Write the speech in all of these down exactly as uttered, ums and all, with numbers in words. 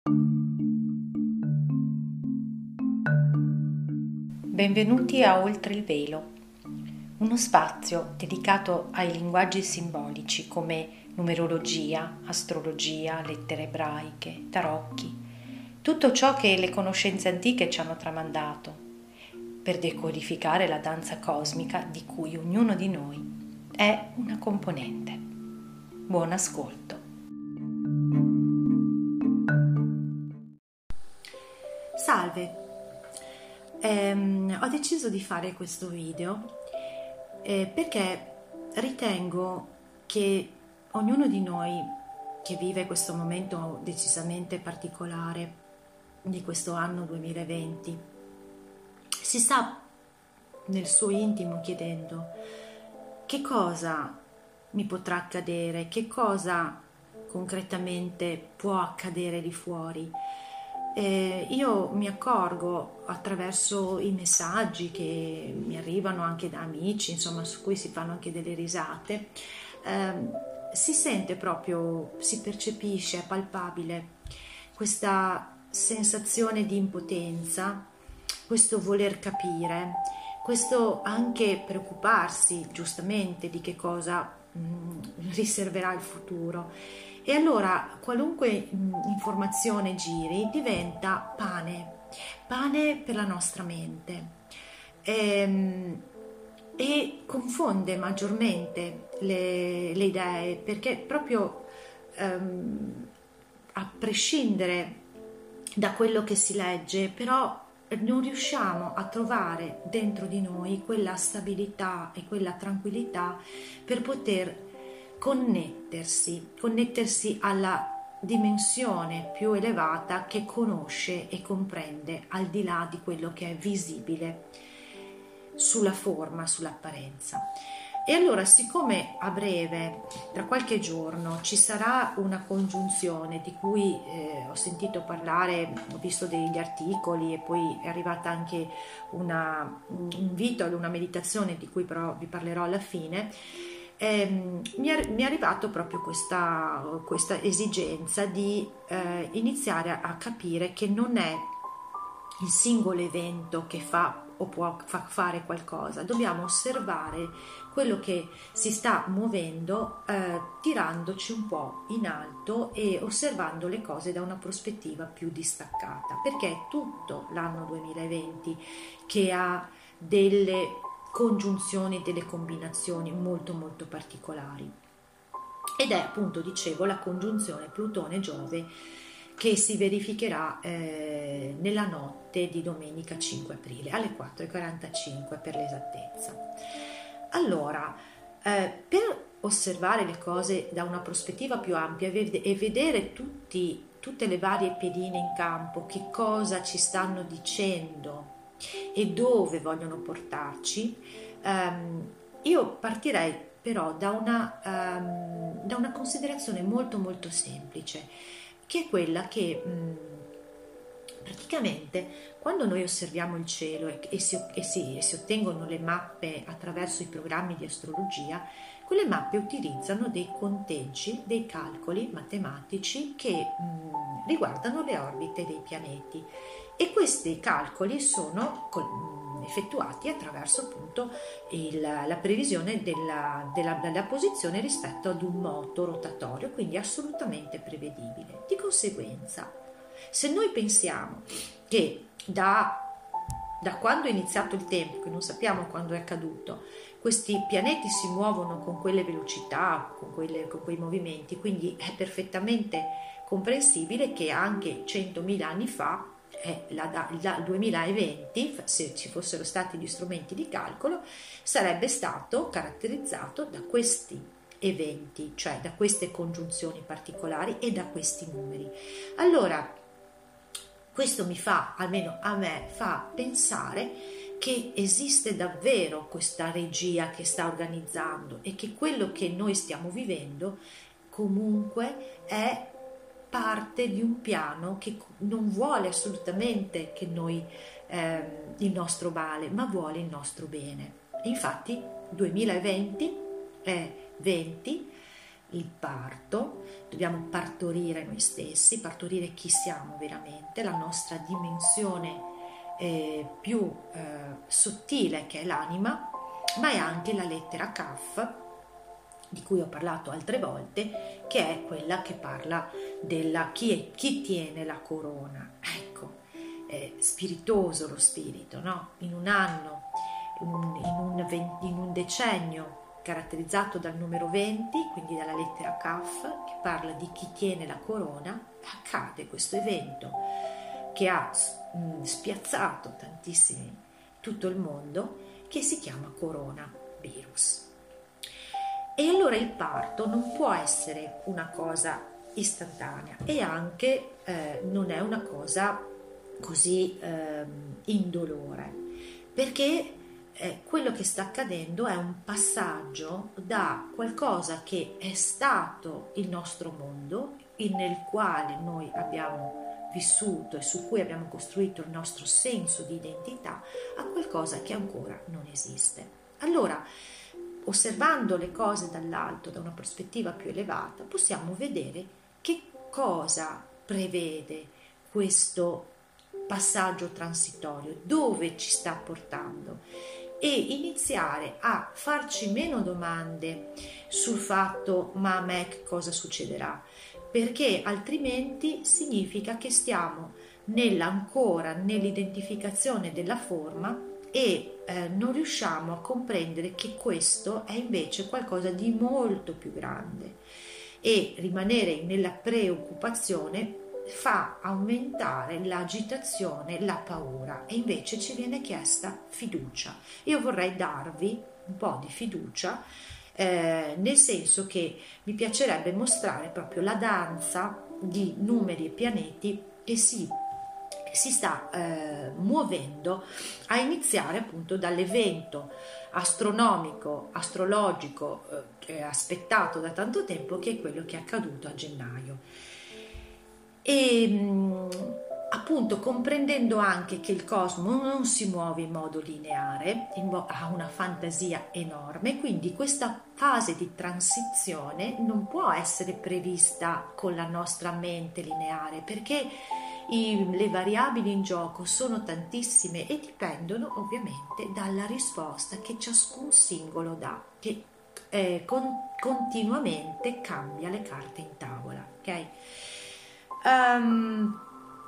Benvenuti a Oltre il Velo, uno spazio dedicato ai linguaggi simbolici come numerologia, astrologia, lettere ebraiche, tarocchi, tutto ciò che le conoscenze antiche ci hanno tramandato, per decodificare la danza cosmica di cui ognuno di noi è una componente. Buon ascolto. Salve! Eh, ho deciso di fare questo video eh, perché ritengo che ognuno di noi che vive questo momento decisamente particolare di questo anno duemilaventi si sta nel suo intimo chiedendo che cosa mi potrà accadere, che cosa concretamente può accadere di fuori. Eh, io mi accorgo attraverso i messaggi che mi arrivano anche da amici, insomma, su cui si fanno anche delle risate, eh, si sente proprio, si percepisce, è palpabile questa sensazione di impotenza, questo voler capire, questo anche preoccuparsi giustamente di che cosa mh, riserverà il futuro. E allora qualunque informazione giri diventa pane, pane per la nostra mente e, e confonde maggiormente le, le idee, perché proprio um, a prescindere da quello che si legge, però non riusciamo a trovare dentro di noi quella stabilità e quella tranquillità per poter connettersi, connettersi alla dimensione più elevata che conosce e comprende al di là di quello che è visibile sulla forma, sull'apparenza. E allora, siccome a breve, tra qualche giorno, ci sarà una congiunzione di cui eh, ho sentito parlare, ho visto degli articoli e poi è arrivata anche una, un invito ad una meditazione di cui però vi parlerò alla fine, Eh, mi, è, mi è arrivato proprio questa, questa esigenza di eh, iniziare a, a capire che non è il singolo evento che fa o può fa fare qualcosa, dobbiamo osservare quello che si sta muovendo eh, tirandoci un po' in alto e osservando le cose da una prospettiva più distaccata, perché è tutto l'anno duemilaventi che ha delle congiunzioni, delle combinazioni molto molto particolari, ed è appunto, dicevo, la congiunzione Plutone-Giove che si verificherà eh, nella notte di domenica cinque aprile alle quattro e quarantacinque per l'esattezza. Allora, eh, per osservare le cose da una prospettiva più ampia e vedere tutti, tutte le varie pedine in campo, che cosa ci stanno dicendo e dove vogliono portarci, um, io partirei però da una, um, da una considerazione molto molto semplice, che è quella che um, praticamente quando noi osserviamo il cielo e, e, si, e, si, e si ottengono le mappe attraverso i programmi di astrologia, quelle mappe utilizzano dei conteggi, dei calcoli matematici che mh, riguardano le orbite dei pianeti, e questi calcoli sono mh, effettuati attraverso appunto il, la previsione della, della, della posizione rispetto ad un moto rotatorio, quindi assolutamente prevedibile. Di conseguenza, se noi pensiamo che da da quando è iniziato il tempo, che non sappiamo quando è accaduto, questi pianeti si muovono con quelle velocità, con, quelle, con quei movimenti, quindi è perfettamente comprensibile che anche centomila anni fa, eh, la, la, duemilaventi, se ci fossero stati gli strumenti di calcolo, sarebbe stato caratterizzato da questi eventi, cioè da queste congiunzioni particolari e da questi numeri. Allora, questo mi fa, almeno a me, fa pensare che esiste davvero questa regia che sta organizzando e che quello che noi stiamo vivendo comunque è parte di un piano che non vuole assolutamente che noi eh, il nostro male, ma vuole il nostro bene. Infatti duemilaventi è venti il parto, dobbiamo partorire noi stessi, partorire chi siamo veramente, la nostra dimensione eh, più eh, sottile che è l'anima, ma è anche la lettera Kaf, di cui ho parlato altre volte, che è quella che parla della chi, è, chi tiene la corona. Ecco, è spiritoso lo spirito, no? In un anno, in un, in un, in un decennio caratterizzato dal numero venti, quindi dalla lettera Kaf, che parla di chi tiene la corona, accade questo evento che ha spiazzato tantissimi tutto il mondo, che si chiama coronavirus. E allora il parto non può essere una cosa istantanea e anche eh, non è una cosa così eh, indolore, perché eh, quello che sta accadendo è un passaggio da qualcosa che è stato il nostro mondo, nel quale noi abbiamo vissuto e su cui abbiamo costruito il nostro senso di identità, a qualcosa che ancora non esiste. Allora, osservando le cose dall'alto, da una prospettiva più elevata, possiamo vedere che cosa prevede questo passaggio transitorio, dove ci sta portando, e iniziare a farci meno domande sul fatto ma a me che cosa succederà, perché altrimenti significa che stiamo nella, ancora nell'identificazione della forma e eh, non riusciamo a comprendere che questo è invece qualcosa di molto più grande, e rimanere nella preoccupazione fa aumentare l'agitazione, la paura, e invece ci viene chiesta fiducia. Io vorrei darvi un po' di fiducia, eh, nel senso che mi piacerebbe mostrare proprio la danza di numeri e pianeti che si si sta eh, muovendo, a iniziare appunto dall'evento astronomico, astrologico eh, aspettato da tanto tempo, che è quello che è accaduto a gennaio. E mh, appunto comprendendo anche che il cosmo non si muove in modo lineare, in mo- ha una fantasia enorme, quindi questa fase di transizione non può essere prevista con la nostra mente lineare, perché I, le variabili in gioco sono tantissime e dipendono ovviamente dalla risposta che ciascun singolo dà, che eh, con, continuamente cambia le carte in tavola, ok? Um,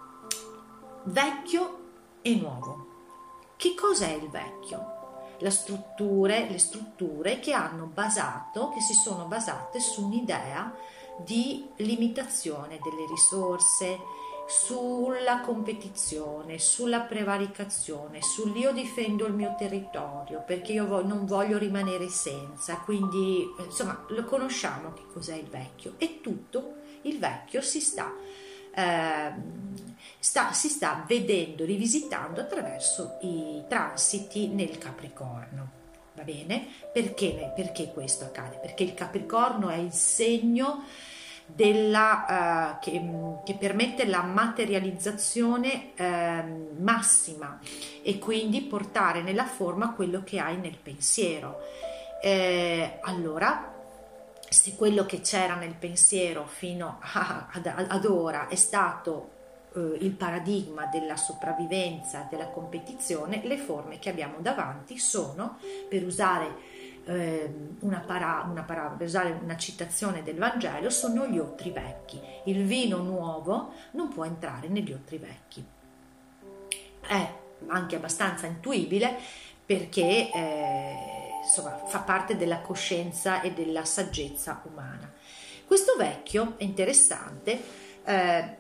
vecchio e nuovo. Che cos'è il vecchio? Le strutture, le strutture che hanno basato, che si sono basate su un'idea di limitazione delle risorse, sulla competizione, sulla prevaricazione, sull'io difendo il mio territorio perché io non voglio rimanere senza, quindi insomma lo conosciamo che cos'è il vecchio, e tutto il vecchio si sta, eh, sta, si sta vedendo, rivisitando attraverso i transiti nel Capricorno. Va bene? Perché, perché questo accade? Perché il Capricorno è il segno della, uh, che, che permette la materializzazione uh, massima, e quindi portare nella forma quello che hai nel pensiero. Eh, allora, se quello che c'era nel pensiero fino a, ad, ad ora è stato uh, il paradigma della sopravvivenza, della competizione, le forme che abbiamo davanti sono, per usare Una, para, una parola, per usare una citazione del Vangelo, sono gli ottri vecchi. Il vino nuovo non può entrare negli ottri vecchi. È anche abbastanza intuibile, perché eh, insomma, fa parte della coscienza e della saggezza umana. Questo vecchio è interessante, eh,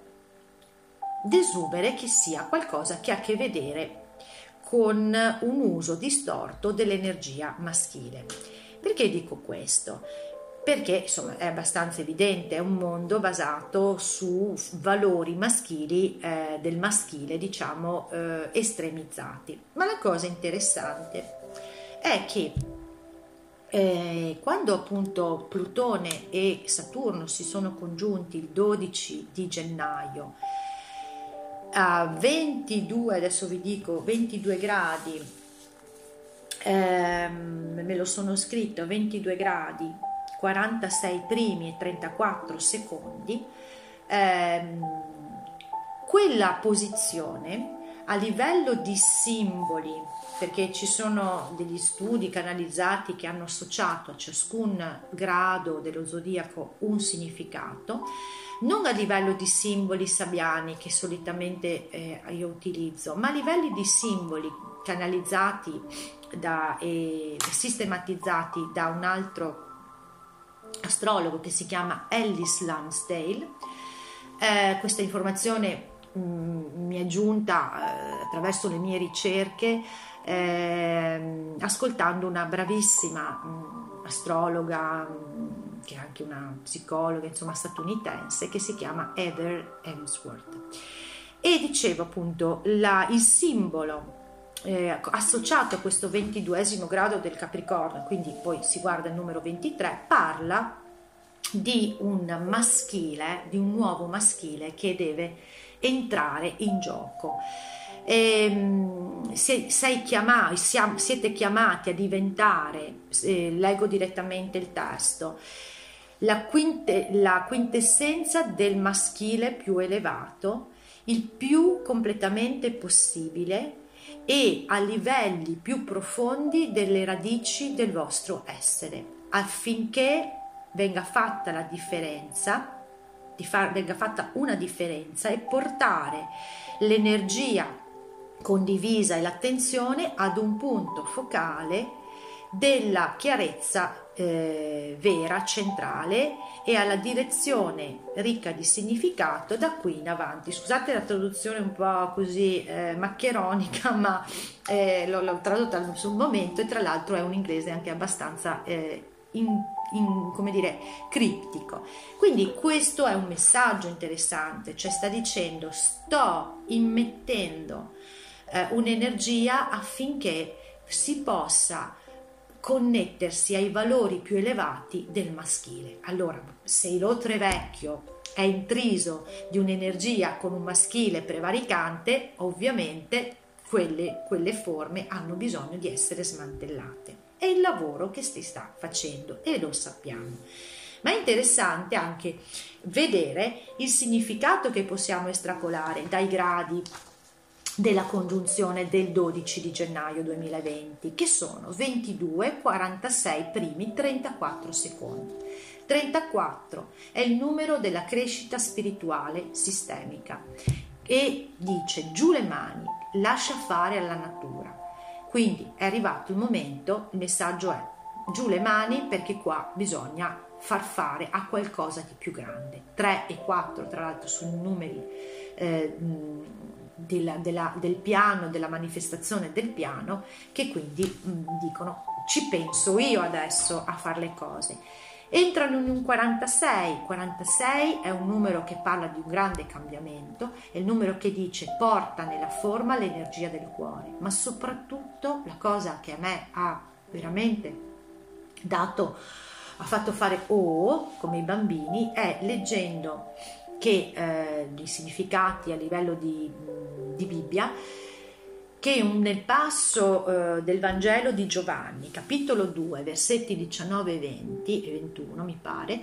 desumere che sia qualcosa che ha a che vedere con un uso distorto dell'energia maschile. Perché dico questo? Perché insomma è abbastanza evidente, è un mondo basato su valori maschili, eh, del maschile diciamo eh, estremizzati. Ma la cosa interessante è che eh, quando appunto Plutone e Saturno si sono congiunti il dodici di gennaio a ventidue, adesso vi dico ventidue gradi, ehm, me lo sono scritto, ventidue gradi quarantasei primi e trentaquattro secondi, ehm, quella posizione a livello di simboli, perché ci sono degli studi canalizzati che hanno associato a ciascun grado dello zodiaco un significato, non a livello di simboli sabbiani che solitamente eh, io utilizzo, ma a livelli di simboli canalizzati da, e sistematizzati da un altro astrologo che si chiama Ellis Lansdale. Eh, questa informazione mh, mi è giunta eh, attraverso le mie ricerche, eh, ascoltando una bravissima mh, astrologa, mh, che è anche una psicologa, insomma, statunitense, che si chiama Heather Hemsworth. E dicevo appunto, la, il simbolo eh, associato a questo ventiduesimo grado del Capricorno, quindi poi si guarda il numero ventitré, parla di un maschile, di un nuovo maschile che deve entrare in gioco. E, se, sei chiamati, siamo, siete chiamati a diventare, eh, leggo direttamente il testo, la, quinte, la quintessenza del maschile più elevato, il più completamente possibile e a livelli più profondi delle radici del vostro essere, affinché venga fatta la differenza, di far, venga fatta una differenza e portare l'energia condivisa e l'attenzione ad un punto focale della chiarezza eh, vera, centrale, e alla direzione ricca di significato da qui in avanti. Scusate la traduzione un po' così eh, maccheronica, ma eh, l'ho, l'ho tradotta sul momento, e tra l'altro è un inglese anche abbastanza eh, in, in, come dire, criptico. Quindi questo è un messaggio interessante, cioè sta dicendo: sto immettendo eh, un'energia affinché si possa connettersi ai valori più elevati del maschile. Allora, se il Oltre Vecchio è intriso di un'energia con un maschile prevaricante, ovviamente quelle, quelle forme hanno bisogno di essere smantellate. È il lavoro che si sta facendo e lo sappiamo. Ma è interessante anche vedere il significato che possiamo estrapolare dai gradi della congiunzione del dodici di gennaio duemilaventi, che sono ventidue, quarantasei primi, trentaquattro secondi. trentaquattro è il numero della crescita spirituale sistemica e dice: giù le mani, lascia fare alla natura. Quindi è arrivato il momento, il messaggio è: giù le mani, perché qua bisogna far fare a qualcosa di più grande. tre e quattro tra l'altro sono numeri eh, Della, della, del piano, della manifestazione del piano, che quindi mh, dicono: ci penso io adesso a fare le cose. Entrano in un quarantasei. quarantasei è un numero che parla di un grande cambiamento, è il numero che dice: porta nella forma l'energia del cuore. Ma soprattutto la cosa che a me ha veramente dato, ha fatto fare oh, come i bambini, è leggendo che eh, i significati a livello di, di Bibbia, che nel passo eh, del Vangelo di Giovanni, capitolo due, versetti diciannove e venti e ventuno, mi pare,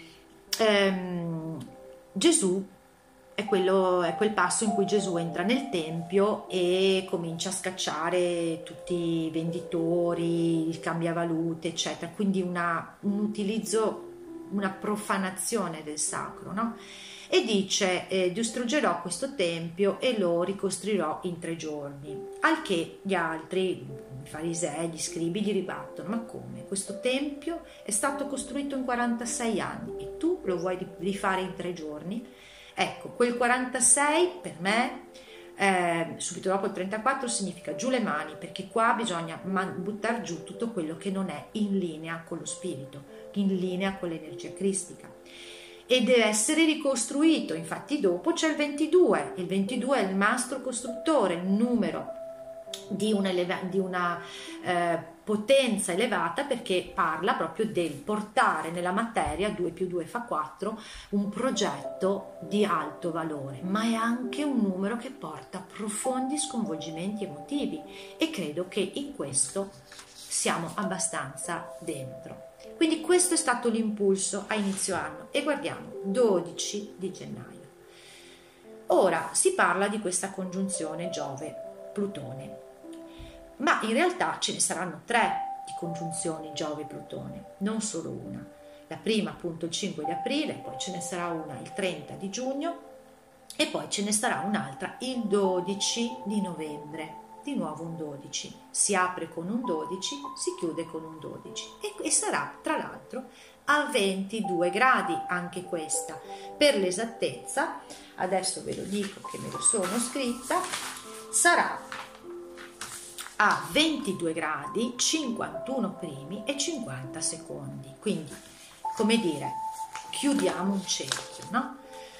ehm, Gesù è, quello, è quel passo in cui Gesù entra nel Tempio e comincia a scacciare tutti i venditori, il cambiavalute, eccetera, quindi una, un utilizzo, una profanazione del sacro, no? E dice: eh, distruggerò questo tempio e lo ricostruirò in tre giorni. Al che gli altri, i farisei, gli scribi, gli ribattono: ma come? Questo tempio è stato costruito in quarantasei anni e tu lo vuoi rifare in tre giorni? Ecco, quel quarantasei per me, eh, subito dopo il trentaquattro, significa giù le mani, perché qua bisogna buttare giù tutto quello che non è in linea con lo spirito, in linea con l'energia cristica, e deve essere ricostruito. Infatti dopo c'è il ventidue, il ventidue è il mastro costruttore, il numero di una, di una eh, potenza elevata, perché parla proprio del portare nella materia, due più due fa quattro, un progetto di alto valore, ma è anche un numero che porta profondi sconvolgimenti emotivi, e credo che in questo siamo abbastanza dentro. Quindi questo è stato l'impulso a inizio anno. E guardiamo, dodici di gennaio. Ora si parla di questa congiunzione Giove-Plutone, ma in realtà ce ne saranno tre di congiunzioni Giove-Plutone, non solo una. La prima appunto il cinque di aprile, poi ce ne sarà una il trenta di giugno e poi ce ne sarà un'altra il dodici di novembre. Di nuovo un dodici, si apre con un dodici, si chiude con un dodici e, e sarà tra l'altro a ventidue gradi anche questa. Per l'esattezza, adesso ve lo dico che me lo sono scritta, sarà a ventidue gradi, cinquantuno primi e cinquanta secondi. Quindi, come dire, chiudiamo un cerchio, no?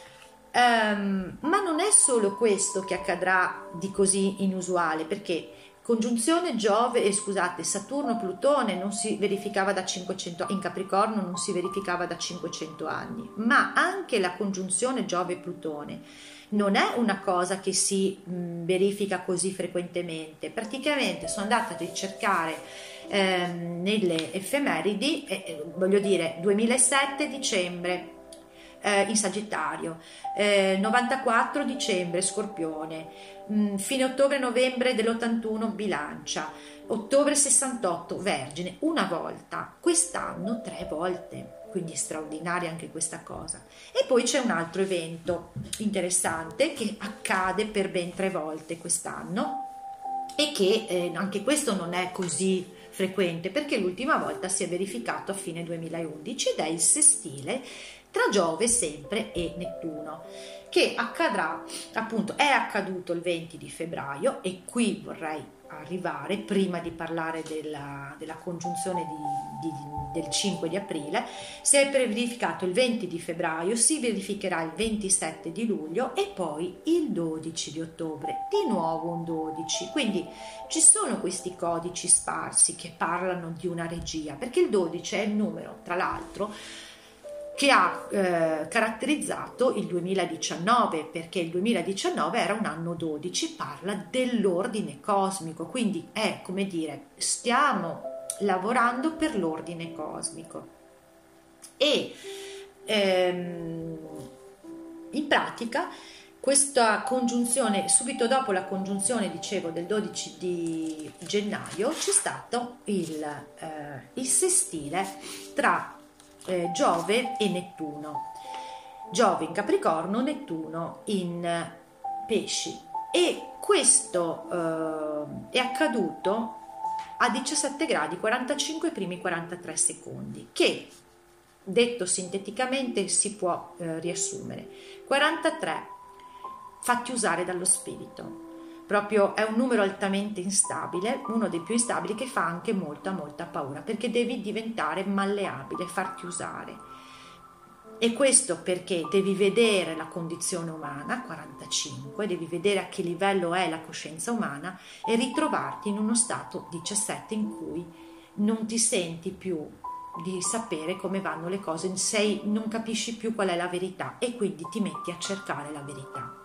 Um, ma non è solo questo che accadrà di così inusuale, perché congiunzione Giove, eh, scusate, Saturno-Plutone non si verificava da cinquecento, in Capricorno non si verificava da cinquecento anni, ma anche la congiunzione Giove-Plutone non è una cosa che si mh, verifica così frequentemente. Praticamente sono andata a ricercare ehm, nelle effemeridi, eh, voglio dire, duemilasette dicembre eh, in Sagittario, eh, novantaquattro dicembre Scorpione, mh, fine ottobre-novembre dell'ottantuno Bilancia, ottobre sessantotto Vergine, una volta, quest'anno tre volte. Quindi è straordinaria anche questa cosa. E poi c'è un altro evento interessante che accade per ben tre volte quest'anno e che eh, anche questo non è così frequente, perché l'ultima volta si è verificato a fine duemilaundici ed è il sestile tra Giove sempre e Nettuno, che accadrà, appunto è accaduto il venti di febbraio, e qui vorrei arrivare prima di parlare della, della congiunzione di, di, del cinque di aprile. Si è verificato il venti di febbraio, si verificherà il ventisette di luglio e poi il dodici di ottobre, di nuovo un dodici. Quindi ci sono questi codici sparsi che parlano di una regia, perché il dodici è il numero, tra l'altro, che ha eh, caratterizzato il duemiladiciannove, perché il duemiladiciannove era un anno dodici, parla dell'ordine cosmico, quindi è come dire, stiamo lavorando per l'ordine cosmico. E ehm, in pratica questa congiunzione, subito dopo la congiunzione, dicevo, del dodici di gennaio, c'è stato il, eh, il sestile tra Eh, Giove e Nettuno, Giove in Capricorno, Nettuno in Pesci, e questo eh, è accaduto a diciassette gradi quarantacinque primi quarantatré secondi, che detto sinteticamente si può eh, riassumere quarantatré fatti usare dallo spirito. Proprio è un numero altamente instabile, uno dei più instabili, che fa anche molta molta paura, perché devi diventare malleabile, farti usare. E questo perché devi vedere la condizione umana, quarantacinque, devi vedere a che livello è la coscienza umana e ritrovarti in uno stato diciassette in cui non ti senti più di sapere come vanno le cose, sei, non capisci più qual è la verità e quindi ti metti a cercare la verità.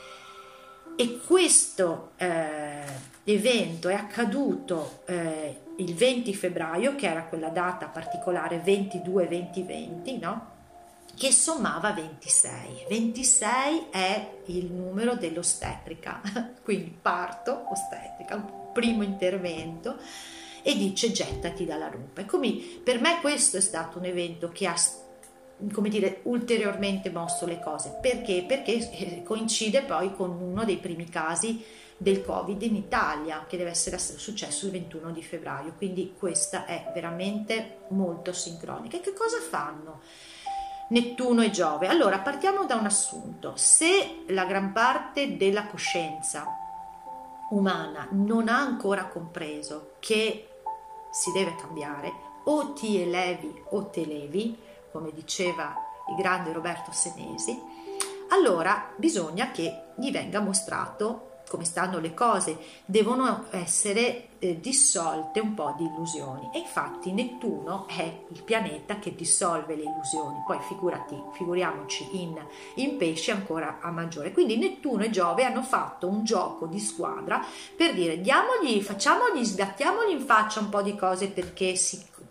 E questo eh, evento è accaduto eh, il venti febbraio, che era quella data particolare ventidue venti venti, no? Che sommava ventisei. ventisei è il numero dell'ostetrica, quindi parto, ostetrica, un primo intervento, e dice gettati dalla rupe. Come per me questo è stato un evento che ha, come dire, ulteriormente mosso le cose. Perché? Perché coincide poi con uno dei primi casi del Covid in Italia, che deve essere successo il ventuno di febbraio, quindi questa è veramente molto sincronica. E che cosa fanno Nettuno e Giove? Allora, partiamo da un assunto: se la gran parte della coscienza umana non ha ancora compreso che si deve cambiare, o ti elevi o te levi, come diceva il grande Roberto Senesi, allora bisogna che gli venga mostrato come stanno le cose, devono essere eh, dissolte un po' di illusioni, e infatti Nettuno è il pianeta che dissolve le illusioni, poi figurati, figuriamoci in, in Pesci ancora a maggiore. Quindi Nettuno e Giove hanno fatto un gioco di squadra per dire diamogli, facciamogli, sbattiamogli in faccia un po' di cose perché si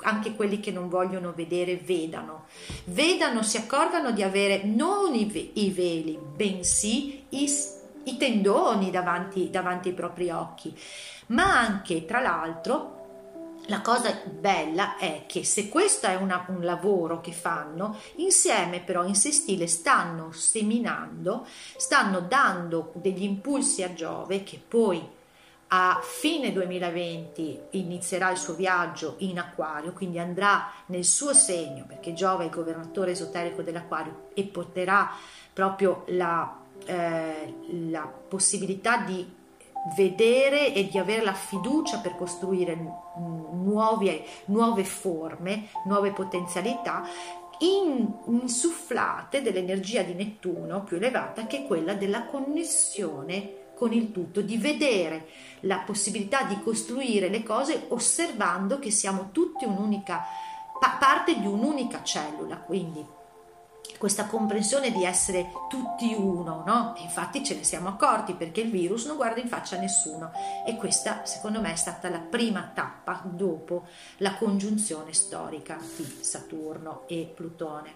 anche quelli che non vogliono vedere vedano, vedano, si accorgano di avere non i, ve- i veli, bensì i, i tendoni davanti, davanti ai propri occhi, ma anche, tra l'altro, la cosa bella è che se questo è una, un lavoro che fanno, insieme però in sé stile stanno seminando, stanno dando degli impulsi a Giove, che poi a fine duemilaventi inizierà il suo viaggio in Acquario, quindi andrà nel suo segno, perché Giove è il governatore esoterico dell'Acquario, e porterà proprio la, eh, la possibilità di vedere e di avere la fiducia per costruire nuove, nuove forme, nuove potenzialità, in, insufflate dell'energia di Nettuno più elevata, che è quella della connessione con il tutto, di vedere la possibilità di costruire le cose osservando che siamo tutti un'unica pa- parte di un'unica cellula, quindi questa comprensione di essere tutti uno, no? E infatti ce ne siamo accorti, perché il virus non guarda in faccia a nessuno, e questa secondo me è stata la prima tappa dopo la congiunzione storica di Saturno e Plutone.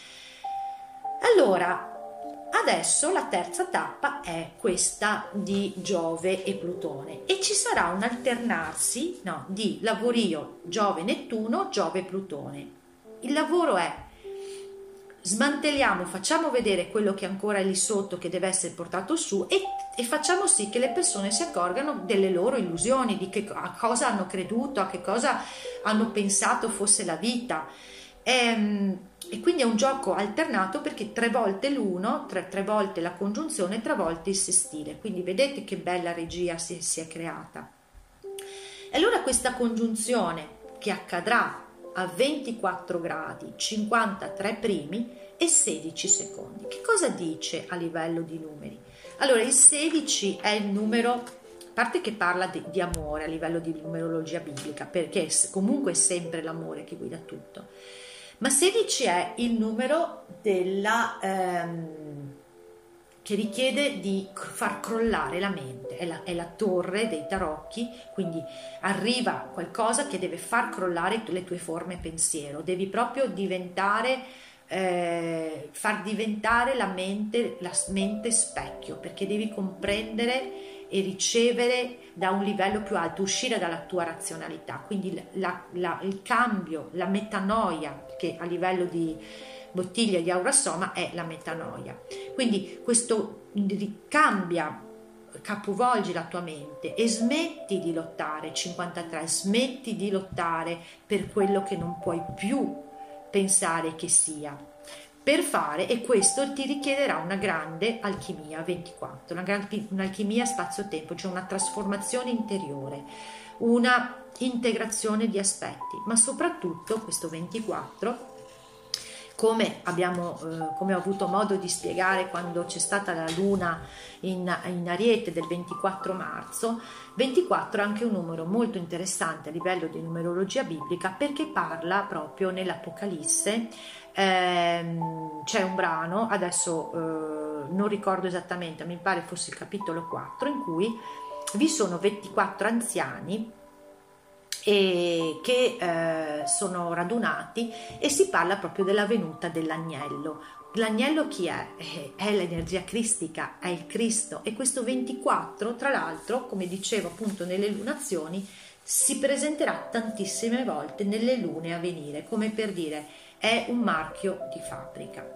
Allora, adesso la terza tappa è questa di Giove e Plutone, e ci sarà un alternarsi, no, di lavorio Giove-Nettuno, Giove-Plutone. Il lavoro è: smantelliamo, facciamo vedere quello che ancora è lì sotto, che deve essere portato su, e, e facciamo sì che le persone si accorgano delle loro illusioni, di che, a cosa hanno creduto, a che cosa hanno pensato fosse la vita. E, e quindi è un gioco alternato, perché tre volte l'uno, tre, tre volte la congiunzione, tre volte il sestile. Quindi vedete che bella regia si, si è creata. E allora questa congiunzione, che accadrà a ventiquattro gradi, cinquantatré primi e sedici secondi. Che cosa dice a livello di numeri? Allora, il sedici è il numero, a parte che parla di, di amore a livello di numerologia biblica, perché comunque è sempre l'amore che guida tutto, ma sedici è il numero della... Ehm, che richiede di far crollare la mente, è la, è la torre dei tarocchi, quindi arriva qualcosa che deve far crollare le tue forme pensiero, devi proprio diventare, eh, far diventare la mente, la mente specchio, perché devi comprendere e ricevere da un livello più alto, uscire dalla tua razionalità, quindi la, la, il cambio, la metanoia, che a livello di bottiglia di Aura Soma è la metanoia. Quindi questo cambia, capovolgi la tua mente e smetti di lottare, cinquantatré, smetti di lottare per quello che non puoi più pensare che sia, per fare, e questo ti richiederà una grande alchimia, ventiquattro, una grande, un'alchimia spazio-tempo, cioè una trasformazione interiore, una integrazione di aspetti, ma soprattutto questo ventiquattro, come abbiamo eh, come ho avuto modo di spiegare quando c'è stata la luna in, in Ariete del ventiquattro marzo, ventiquattro è anche un numero molto interessante a livello di numerologia biblica, perché parla proprio nell'Apocalisse. Ehm, c'è un brano, adesso eh, non ricordo esattamente, mi pare fosse il capitolo quattro, in cui vi sono ventiquattro anziani e che eh, sono radunati, e si parla proprio della venuta dell'agnello. L'agnello chi è? Eh, è l'energia cristica, è il Cristo, e questo ventiquattro, tra l'altro, come dicevo appunto nelle lunazioni, si presenterà tantissime volte nelle lune a venire, come per dire è un marchio di fabbrica.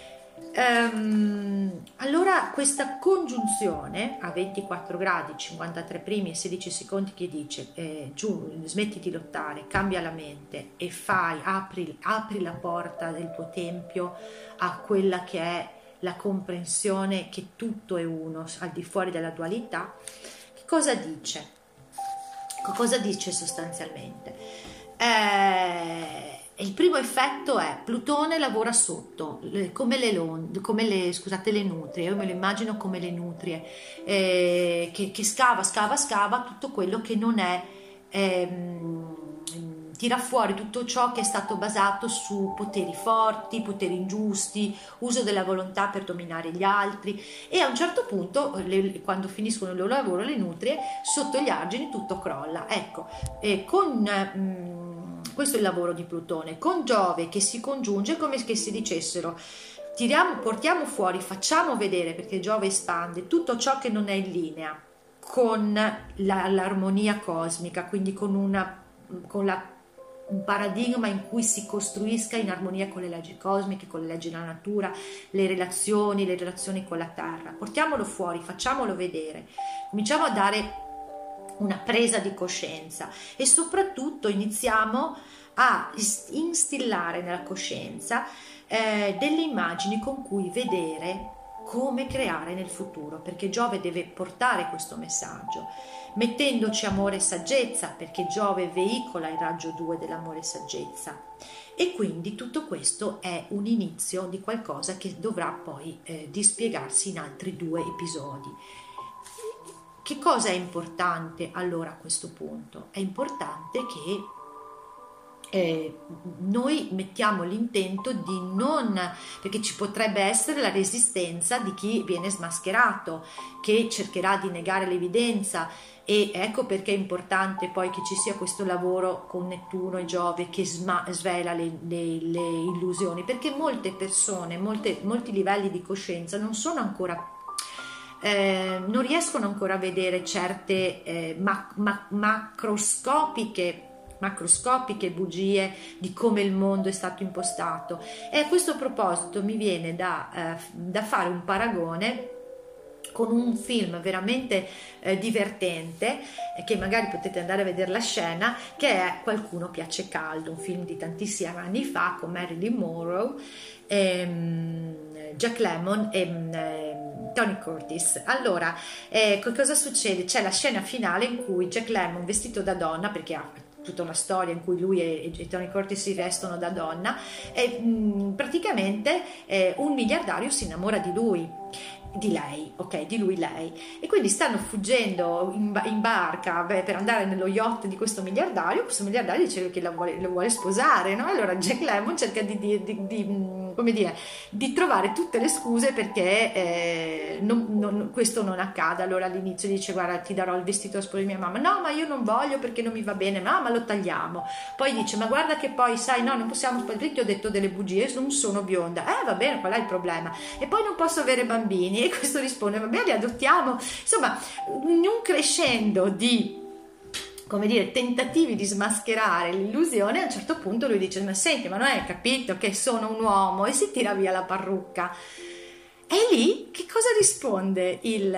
Ehm, allora questa congiunzione a ventiquattro gradi, cinquantatré primi e sedici secondi, che dice eh, giù, smetti di lottare, cambia la mente e fai, apri, apri la porta del tuo tempio a quella che è la comprensione che tutto è uno, al di fuori della dualità. Che cosa dice? Che cosa dice sostanzialmente? Eh, il primo effetto è Plutone lavora sotto, come le, come le, scusate, le nutrie, io me lo immagino come le nutrie, eh, che, che scava, scava, scava tutto quello che non è, ehm, tira fuori tutto ciò che è stato basato su poteri forti, poteri ingiusti, uso della volontà per dominare gli altri, e a un certo punto, le, quando finiscono il loro lavoro, le nutrie, sotto gli argini tutto crolla. Ecco, eh, con... Mh, questo è il lavoro di Plutone, con Giove che si congiunge, come se si dicessero: tiriamo, portiamo fuori, facciamo vedere, perché Giove espande tutto ciò che non è in linea con la, l'armonia cosmica, quindi con, una, con la, un paradigma in cui si costruisca in armonia con le leggi cosmiche, con le leggi della natura, le relazioni, le relazioni con la Terra. Portiamolo fuori, facciamolo vedere, cominciamo a dare una presa di coscienza e soprattutto iniziamo a instillare nella coscienza eh, delle immagini con cui vedere come creare nel futuro, perché Giove deve portare questo messaggio, mettendoci amore e saggezza, perché Giove veicola il raggio due dell'amore e saggezza, e quindi tutto questo è un inizio di qualcosa che dovrà poi eh, dispiegarsi in altri due episodi. Che cosa è importante allora a questo punto? È importante che Eh, noi mettiamo l'intento di non, perché ci potrebbe essere la resistenza di chi viene smascherato, che cercherà di negare l'evidenza, e ecco perché è importante poi che ci sia questo lavoro con Nettuno e Giove che sma- svela le, le, le illusioni, perché molte persone, molte, molti livelli di coscienza non sono ancora eh, non riescono ancora a vedere certe eh, ma- ma- macroscopiche macroscopiche bugie di come il mondo è stato impostato. E a questo proposito mi viene da, eh, da fare un paragone con un film veramente eh, divertente, eh, che magari potete andare a vedere la scena, che è Qualcuno piace caldo, un film di tantissimi anni fa con Marilyn Monroe, ehm, Jack Lemmon e ehm, Tony Curtis. Allora, eh, cosa succede? C'è la scena finale in cui Jack Lemmon, vestito da donna, perché ha tutta una storia in cui lui e, e Tony Curtis si vestono da donna, e mh, praticamente eh, un miliardario si innamora di lui, di lei, ok, di lui lei, e quindi stanno fuggendo in, in barca beh, per andare nello yacht di questo miliardario. Questo miliardario dice che la vuole, lo vuole sposare, no? Allora Jack Lemmon cerca di, di, di, di come dire, di trovare tutte le scuse perché eh, non, non, questo non accada. Allora all'inizio dice: guarda, ti darò il vestito da sposa di mia mamma, no ma io non voglio perché non mi va bene, no ma lo tagliamo. Poi dice: ma guarda che poi sai, no, non possiamo sposare, ti ho detto delle bugie, non sono bionda. Eh va bene, qual è il problema? E poi non posso avere bambini, e questo risponde: va bene, li adottiamo. Insomma, un crescendo di, come dire, tentativi di smascherare l'illusione. A un certo punto lui dice: ma senti, ma non hai capito che sono un uomo? E si tira via la parrucca. E lì che cosa risponde il,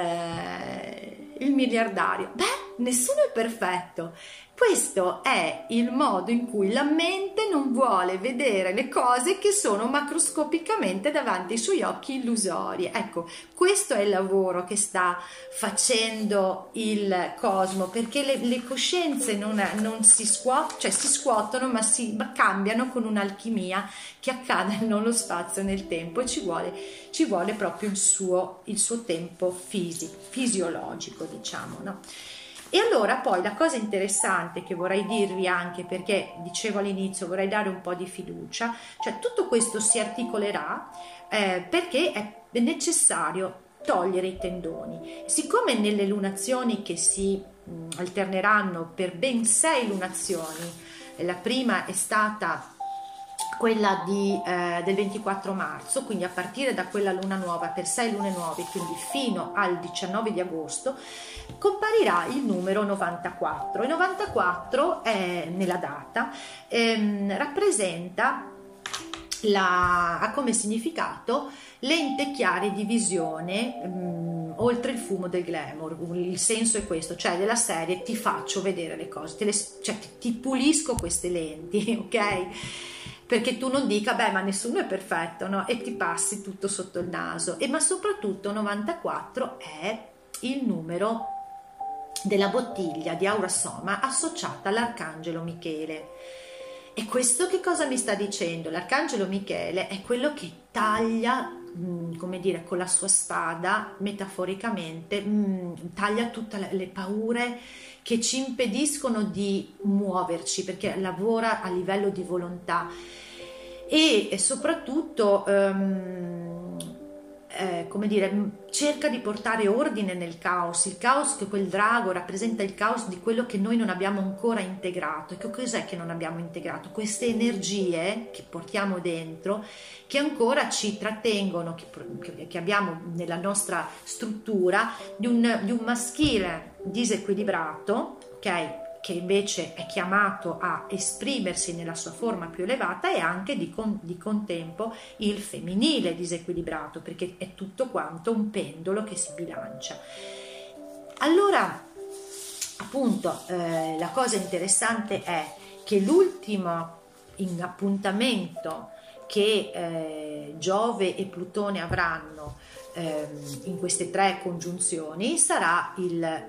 il miliardario? Beh, nessuno è perfetto. Questo è il modo in cui la mente non vuole vedere le cose che sono macroscopicamente davanti ai suoi occhi illusorie. Ecco, questo è il lavoro che sta facendo il cosmo, perché le, le coscienze non, non si scuotono, cioè si scuotono, ma si ma cambiano con un'alchimia che accade nello spazio e nel tempo, e ci vuole, ci vuole proprio il suo, il suo tempo fisi, fisiologico, diciamo, no? E allora poi la cosa interessante che vorrei dirvi, anche perché dicevo all'inizio vorrei dare un po' di fiducia, cioè tutto questo si articolerà eh, perché è necessario togliere i tendoni. Siccome nelle lunazioni che si mh, alterneranno per ben sei lunazioni, la prima è stata quella di, eh, del ventiquattro marzo, quindi a partire da quella luna nuova per sei lune nuove, quindi fino al diciannove di agosto, comparirà il numero novantaquattro. Il novantaquattro è, nella data ehm, rappresenta la, ha come significato lente chiare di visione mh, oltre il fumo del glamour. Il senso è questo, cioè della serie: ti faccio vedere le cose, te le, cioè ti, ti pulisco queste lenti, ok? Perché tu non dica: beh, ma nessuno è perfetto, no? E ti passi tutto sotto il naso. E ma soprattutto novantaquattro è il numero della bottiglia di Aura Soma associata all'arcangelo Michele. E questo che cosa mi sta dicendo? L'arcangelo Michele è quello che taglia, mh, come dire, con la sua spada, metaforicamente, mh, taglia tutte le paure che ci impediscono di muoverci, perché lavora a livello di volontà. E soprattutto um, eh, come dire, cerca di portare ordine nel caos, il caos, che quel drago rappresenta il caos di quello che noi non abbiamo ancora integrato. E che cos'è che non abbiamo integrato? Queste energie che portiamo dentro, che ancora ci trattengono, che, che abbiamo nella nostra struttura, di un, di un maschile disequilibrato, ok? Che invece è chiamato a esprimersi nella sua forma più elevata, e anche di, con, di contempo il femminile disequilibrato, perché è tutto quanto un pendolo che si bilancia. Allora, appunto, eh, la cosa interessante è che l'ultimo in appuntamento che eh, Giove e Plutone avranno eh, in queste tre congiunzioni sarà il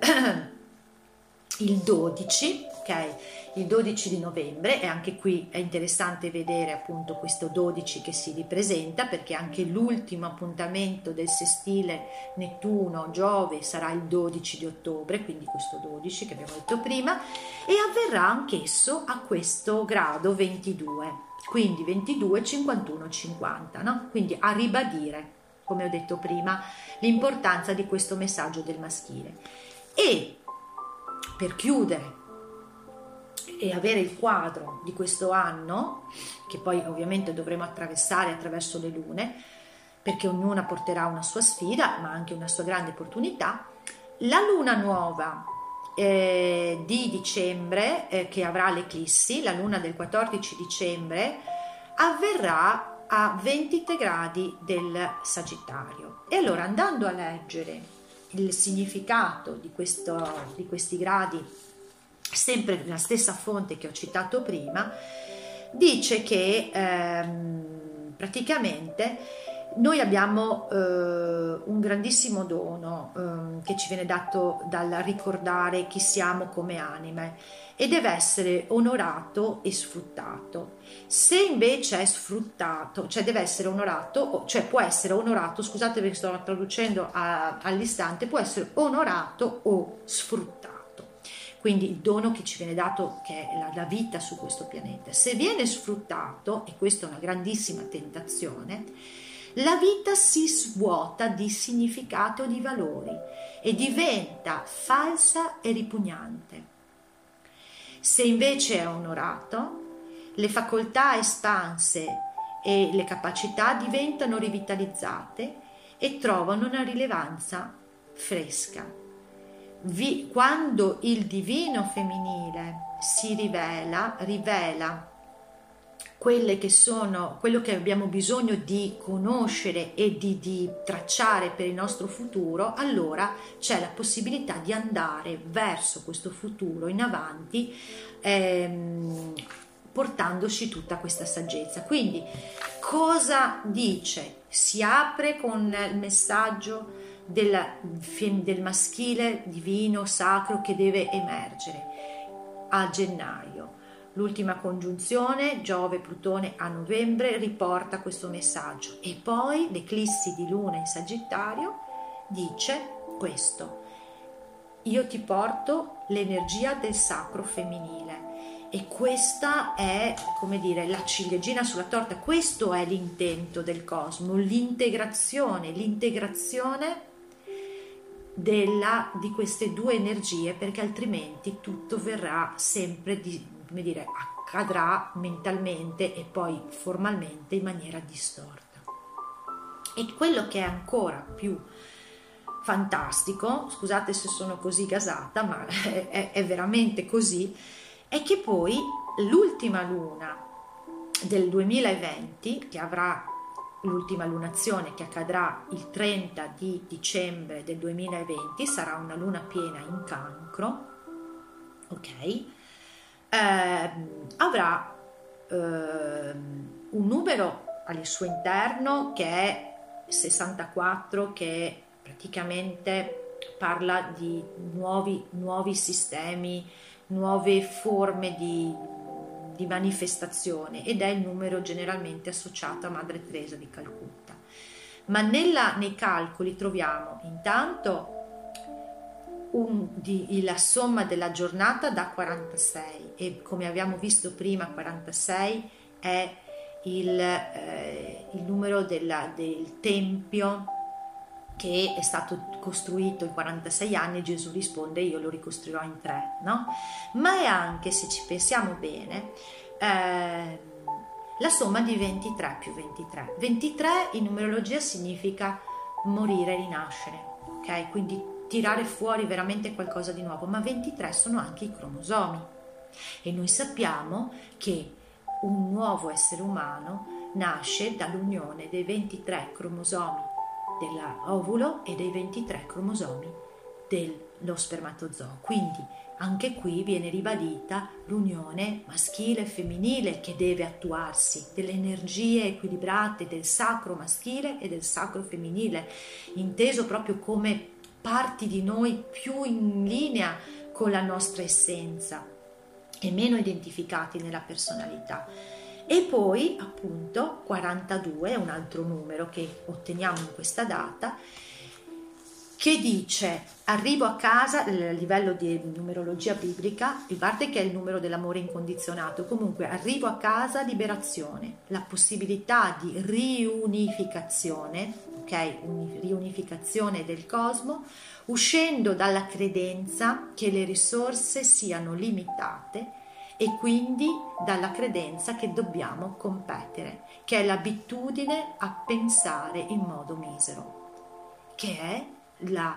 il dodici, ok? Il dodici di novembre, e anche qui è interessante vedere appunto questo dodici che si ripresenta, perché anche l'ultimo appuntamento del sestile Nettuno-Giove sarà il dodici di ottobre, quindi questo dodici che abbiamo detto prima, e avverrà anch'esso a questo grado ventidue, quindi ventidue, cinquantuno, cinquanta, no? Quindi a ribadire, come ho detto prima, l'importanza di questo messaggio del maschile. E per chiudere e avere il quadro di questo anno, che poi ovviamente dovremo attraversare attraverso le lune, perché ognuna porterà una sua sfida ma anche una sua grande opportunità, la luna nuova eh, di dicembre, eh, che avrà l'eclissi, la luna del quattordici dicembre, avverrà a ventitré gradi del Sagittario. E allora, andando a leggere il significato di, questo, di questi gradi, sempre nella stessa fonte che ho citato prima, dice che ehm, praticamente noi abbiamo eh, un grandissimo dono eh, che ci viene dato dal ricordare chi siamo come anime, e deve essere onorato e sfruttato. Se invece è sfruttato, cioè deve essere onorato, cioè può essere onorato, scusate perché sto traducendo a, all'istante, può essere onorato o sfruttato. Quindi il dono che ci viene dato, che è la, la vita su questo pianeta. Se viene sfruttato, e questa è una grandissima tentazione, la vita si svuota di significato e di valori e diventa falsa e ripugnante. Se invece è onorato, le facoltà espanse e le capacità diventano rivitalizzate e trovano una rilevanza fresca. Vi, quando il divino femminile si rivela, rivela quelle che sono, quello che abbiamo bisogno di conoscere e di, di tracciare per il nostro futuro, allora c'è la possibilità di andare verso questo futuro in avanti, ehm, portandoci tutta questa saggezza. Quindi cosa dice? Si apre con il messaggio del, del maschile divino sacro che deve emergere a gennaio. L'ultima congiunzione Giove-Plutone a novembre riporta questo messaggio, e poi l'eclissi di luna in Sagittario dice questo: io ti porto l'energia del sacro femminile. E questa è, come dire, la ciliegina sulla torta. Questo è l'intento del cosmo, l'integrazione, l'integrazione della, di queste due energie, perché altrimenti tutto verrà sempre di, come dire, accadrà mentalmente e poi formalmente in maniera distorta. E quello che è ancora più fantastico, scusate se sono così gasata, ma è, è veramente così, è che poi l'ultima luna del duemilaventi, che avrà l'ultima lunazione che accadrà il trenta di dicembre del duemilaventi, sarà una luna piena in Cancro, ok? Eh, avrà eh, un numero al suo interno che è sessantaquattro, che praticamente parla di nuovi, nuovi sistemi, nuove forme di, di manifestazione, ed è il numero generalmente associato a Madre Teresa di Calcutta. Ma nella, nei calcoli troviamo intanto un, di, la somma della giornata da quarantasei, e come abbiamo visto prima quarantasei è il, eh, il numero della, del tempio che è stato costruito in quarantasei anni, e Gesù risponde io lo ricostruirò in tre, no? Ma è anche, se ci pensiamo bene, eh, la somma di ventitré più ventitré. ventitré in numerologia significa morire e rinascere, ok? Quindi tirare fuori veramente qualcosa di nuovo, ma ventitré sono anche i cromosomi e noi sappiamo che un nuovo essere umano nasce dall'unione dei ventitré cromosomi dell'ovulo e dei ventitré cromosomi dello spermatozoo. Quindi anche qui viene ribadita l'unione maschile e femminile che deve attuarsi, delle energie equilibrate del sacro maschile e del sacro femminile, inteso proprio come parti di noi più in linea con la nostra essenza e meno identificati nella personalità. E poi appunto quarantadue è un altro numero che otteniamo in questa data, che dice arrivo a casa, a livello di numerologia biblica, a parte che è il numero dell'amore incondizionato, comunque arrivo a casa, liberazione, la possibilità di riunificazione, ok, riunificazione del cosmo, uscendo dalla credenza che le risorse siano limitate e quindi dalla credenza che dobbiamo competere, che è l'abitudine a pensare in modo misero, che è la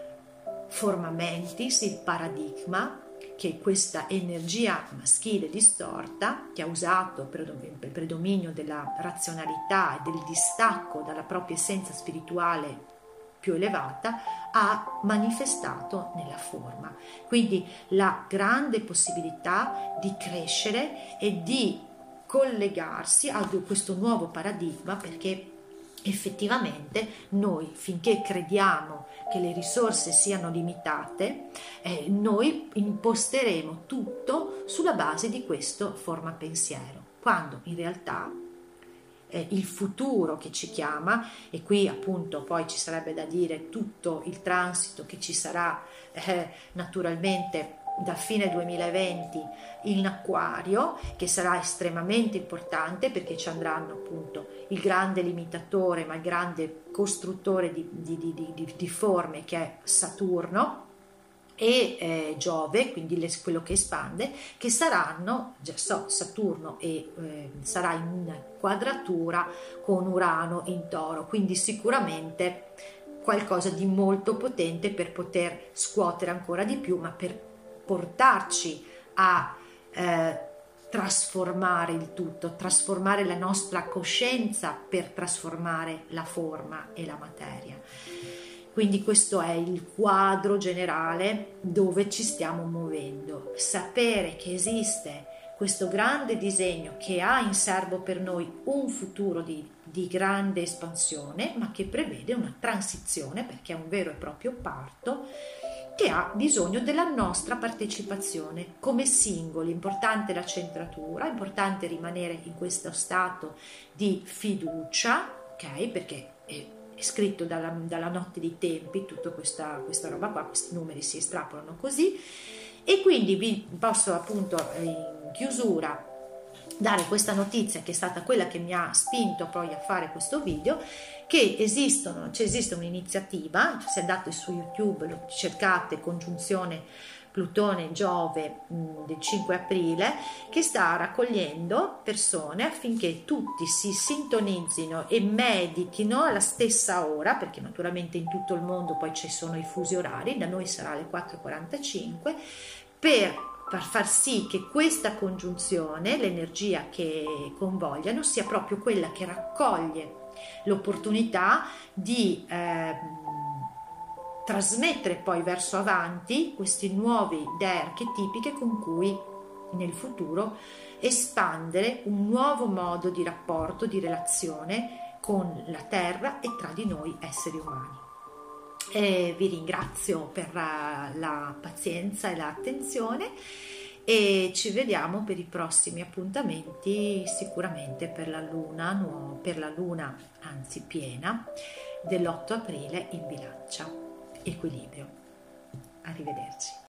forma mentis, il paradigma che questa energia maschile distorta, che ha usato per il predominio della razionalità e del distacco dalla propria essenza spirituale più elevata, ha manifestato nella forma. Quindi la grande possibilità di crescere e di collegarsi a questo nuovo paradigma, perché effettivamente noi, finché crediamo che le risorse siano limitate, eh, noi imposteremo tutto sulla base di questo forma pensiero, quando in realtà eh, il futuro che ci chiama, e qui appunto poi ci sarebbe da dire tutto il transito che ci sarà eh, naturalmente da fine duemilaventi in Acquario, che sarà estremamente importante perché ci andranno appunto il grande limitatore ma il grande costruttore di, di, di, di, di forme, che è Saturno, e eh, Giove, quindi le, quello che espande, che saranno, già so, Saturno e, eh, sarà in quadratura con Urano in Toro, quindi sicuramente qualcosa di molto potente per poter scuotere ancora di più, ma per portarci a eh, trasformare il tutto, trasformare la nostra coscienza per trasformare la forma e la materia. Quindi questo è il quadro generale dove ci stiamo muovendo. Sapere che esiste questo grande disegno che ha in serbo per noi un futuro di, di grande espansione, ma che prevede una transizione, perché è un vero e proprio parto, che ha bisogno della nostra partecipazione come singoli. Importante la centratura, importante rimanere in questo stato di fiducia, ok? Perché è, è scritto dalla, dalla notte dei tempi, tutta questa, questa roba qua, questi numeri si estrapolano così, e quindi vi posso appunto in chiusura dare questa notizia, che è stata quella che mi ha spinto poi a fare questo video, che esistono, c'è esiste un'iniziativa, se andate su YouTube lo cercate, congiunzione Plutone-Giove mh, del cinque aprile, che sta raccogliendo persone affinché tutti si sintonizzino e meditino alla stessa ora, perché naturalmente in tutto il mondo poi ci sono i fusi orari, da noi sarà alle quattro e quarantacinque, per per far sì che questa congiunzione, l'energia che convogliano, sia proprio quella che raccoglie l'opportunità di eh, trasmettere poi verso avanti questi nuovi dee archetipiche con cui nel futuro espandere un nuovo modo di rapporto, di relazione con la Terra e tra di noi esseri umani. E vi ringrazio per la pazienza e l'attenzione e ci vediamo per i prossimi appuntamenti, sicuramente per la luna nuova, per la luna anzi piena dell'otto aprile in Bilancia. Equilibrio. Arrivederci.